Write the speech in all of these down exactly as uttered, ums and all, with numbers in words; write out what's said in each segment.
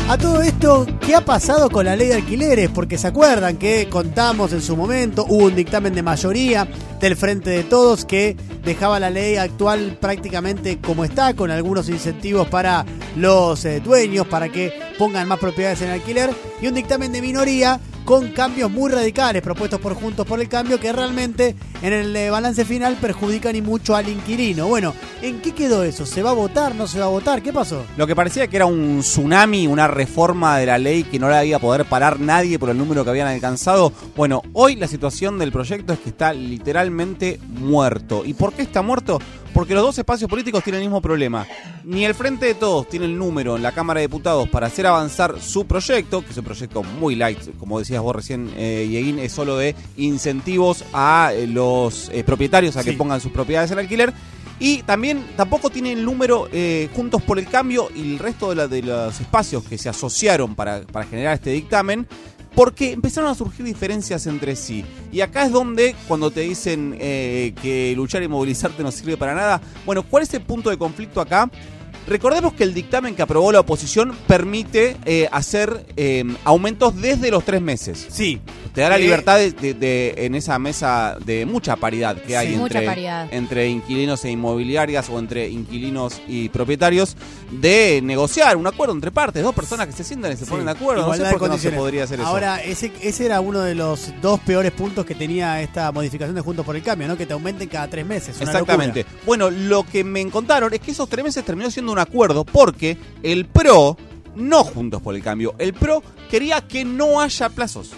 A todo esto, ¿qué ha pasado con la ley de alquileres? Porque se acuerdan que contamos en su momento, hubo un dictamen de mayoría del Frente de Todos que dejaba la ley actual prácticamente como está, con algunos incentivos para los eh, dueños, para que pongan más propiedades en alquiler, y un dictamen de minoría con cambios muy radicales propuestos por Juntos por el Cambio que realmente en el eh, balance final perjudican y mucho al inquilino. Bueno, ¿en qué quedó eso? ¿Se va a votar? ¿No se va a votar? ¿Qué pasó? Lo que parecía que era un tsunami, una reforma de la ley que no la iba a poder parar nadie por el número que habían alcanzado. Bueno, hoy la situación del proyecto es que está literalmente muerto. ¿Y por qué está muerto? Porque los dos espacios políticos tienen el mismo problema. Ni el Frente de Todos tiene el número en la Cámara de Diputados para hacer avanzar su proyecto, que es un proyecto muy light, como decías vos recién, eh, Dieguín, es solo de incentivos a eh, los eh, propietarios a que sí. pongan sus propiedades en alquiler. Y también tampoco tiene el número eh, Juntos por el Cambio y el resto de, la, de los espacios que se asociaron para, para generar este dictamen, porque empezaron a surgir diferencias entre sí. Y acá es donde, cuando te dicen eh, que luchar y movilizarte no sirve para nada, bueno, ¿cuál es el punto de conflicto acá? Recordemos que el dictamen que aprobó la oposición permite eh, hacer eh, aumentos desde los tres meses. Sí. Te da la eh, libertad de, de, de, en esa mesa de mucha paridad que sí, hay entre, entre inquilinos e inmobiliarias o entre inquilinos y propietarios, de negociar un acuerdo entre partes, dos personas que se sientan y se sí. ponen de acuerdo. Igualdad no sé por qué no se podría hacer eso. Ahora, ese, ese era uno de los dos peores puntos que tenía esta modificación de Juntos por el Cambio, ¿no? Que te aumenten cada tres meses. Una Exactamente. Locura. Bueno, lo que me contaron es que esos tres meses terminó siendo un acuerdo porque el P R O, no Juntos por el Cambio, el P R O quería que no haya plazos.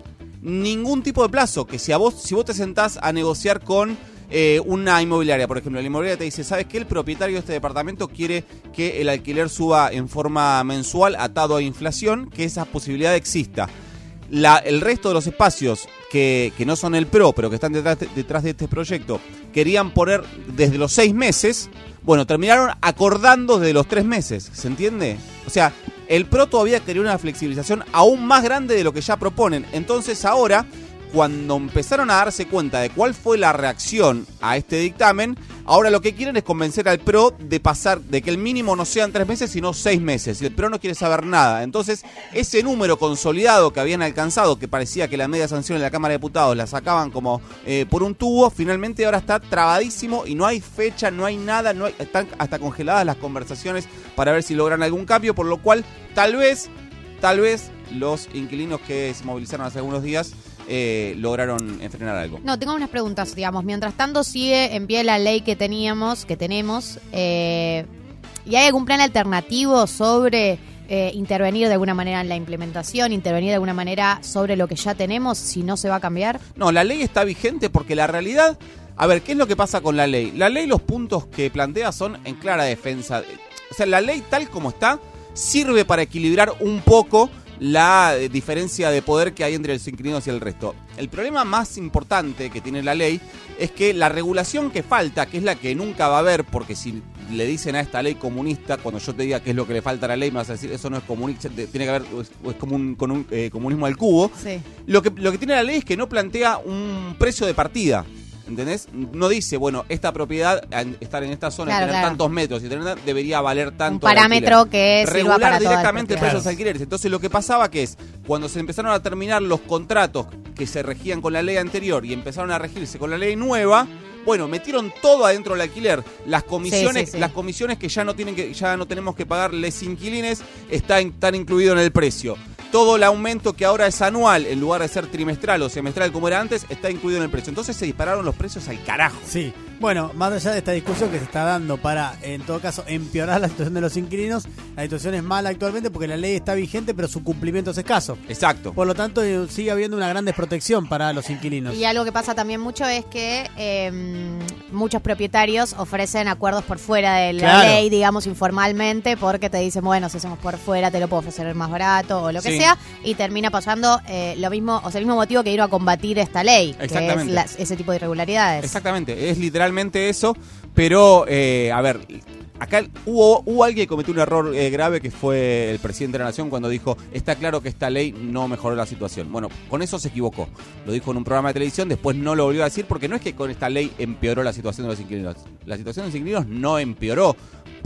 Ningún tipo de plazo, que si a vos, si vos te sentás a negociar con eh, una inmobiliaria, por ejemplo, la inmobiliaria te dice, ¿sabes qué? El propietario de este departamento quiere que el alquiler suba en forma mensual atado a inflación, que esa posibilidad exista. La, el resto de los espacios que, que no son el P R O, pero que están detrás de, detrás de este proyecto, querían poner desde los seis meses, bueno, terminaron acordando desde los tres meses, ¿se entiende? O sea, el P R O todavía quería una flexibilización aún más grande de lo que ya proponen. Entonces ahora, cuando empezaron a darse cuenta de cuál fue la reacción a este dictamen, ahora lo que quieren es convencer al P R O de pasar, de que el mínimo no sean tres meses, sino seis meses. Y el P R O no quiere saber nada. Entonces, ese número consolidado que habían alcanzado, que parecía que la media sanción en la Cámara de Diputados la sacaban como eh, por un tubo, finalmente ahora está trabadísimo y no hay fecha, no hay nada, no hay, están hasta congeladas las conversaciones para ver si logran algún cambio, por lo cual, tal vez, tal vez los inquilinos que se movilizaron hace algunos días Eh, lograron frenar algo. No, tengo unas preguntas, digamos. Mientras tanto sigue en pie la ley que teníamos, que tenemos, eh, ¿y hay algún plan alternativo sobre eh, intervenir de alguna manera en la implementación, intervenir de alguna manera sobre lo que ya tenemos, si no se va a cambiar? No, la ley está vigente porque la realidad... A ver, ¿qué es lo que pasa con la ley? La ley, los puntos que plantea son en clara defensa. O sea, la ley tal como está sirve para equilibrar un poco la diferencia de poder que hay entre los inquilinos y el resto. El problema más importante que tiene la ley es que la regulación que falta, que es la que nunca va a haber, porque si le dicen a esta ley comunista, cuando yo te diga qué es lo que le falta a la ley, me vas a decir, eso no es comunista, tiene que haber, es, es como un, con un eh, comunismo al cubo. Sí. Lo que, lo que tiene la ley es que no plantea un precio de partida. ¿Entendés? No dice, bueno, esta propiedad, estar en esta zona, claro, tener claro. tantos metros y tener, debería valer tanto. Un parámetro que es regular para directamente el precio de los alquileres. Entonces lo que pasaba que es, cuando se empezaron a terminar los contratos que se regían con la ley anterior y empezaron a regirse con la ley nueva, bueno, metieron todo adentro del alquiler. Las comisiones, sí, sí, sí. las comisiones que ya no tienen que, ya no tenemos que pagar les inquilines, están, están incluidos en el precio. Todo el aumento que ahora es anual, en lugar de ser trimestral o semestral como era antes, está incluido en el precio. Entonces se dispararon los precios al carajo. Sí. Bueno, más allá de esta discusión que se está dando para, en todo caso, empeorar la situación de los inquilinos, la situación es mala actualmente porque la ley está vigente, pero su cumplimiento es escaso. Exacto. Por lo tanto, sigue habiendo una gran desprotección para los inquilinos. Y algo que pasa también mucho es que eh, muchos propietarios ofrecen acuerdos por fuera de la claro. ley, digamos, informalmente, porque te dicen, bueno, si hacemos por fuera te lo puedo ofrecer más barato o lo que sí. sea, y termina pasando eh, lo mismo, o sea, el mismo motivo que ir a combatir esta ley, que es la, ese tipo de irregularidades. Exactamente, es literal eso, pero eh, a ver, acá hubo, hubo alguien que cometió un error eh, grave, que fue el presidente de la Nación, cuando dijo, está claro que esta ley no mejoró la situación. Bueno, con eso se equivocó, lo dijo en un programa de televisión, después no lo volvió a decir, porque no es que con esta ley empeoró la situación de los inquilinos, la situación de los inquilinos no empeoró,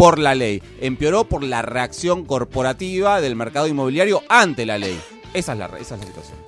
por la ley, empeoró por la reacción corporativa del mercado inmobiliario ante la ley. Esa es la, esa es la situación.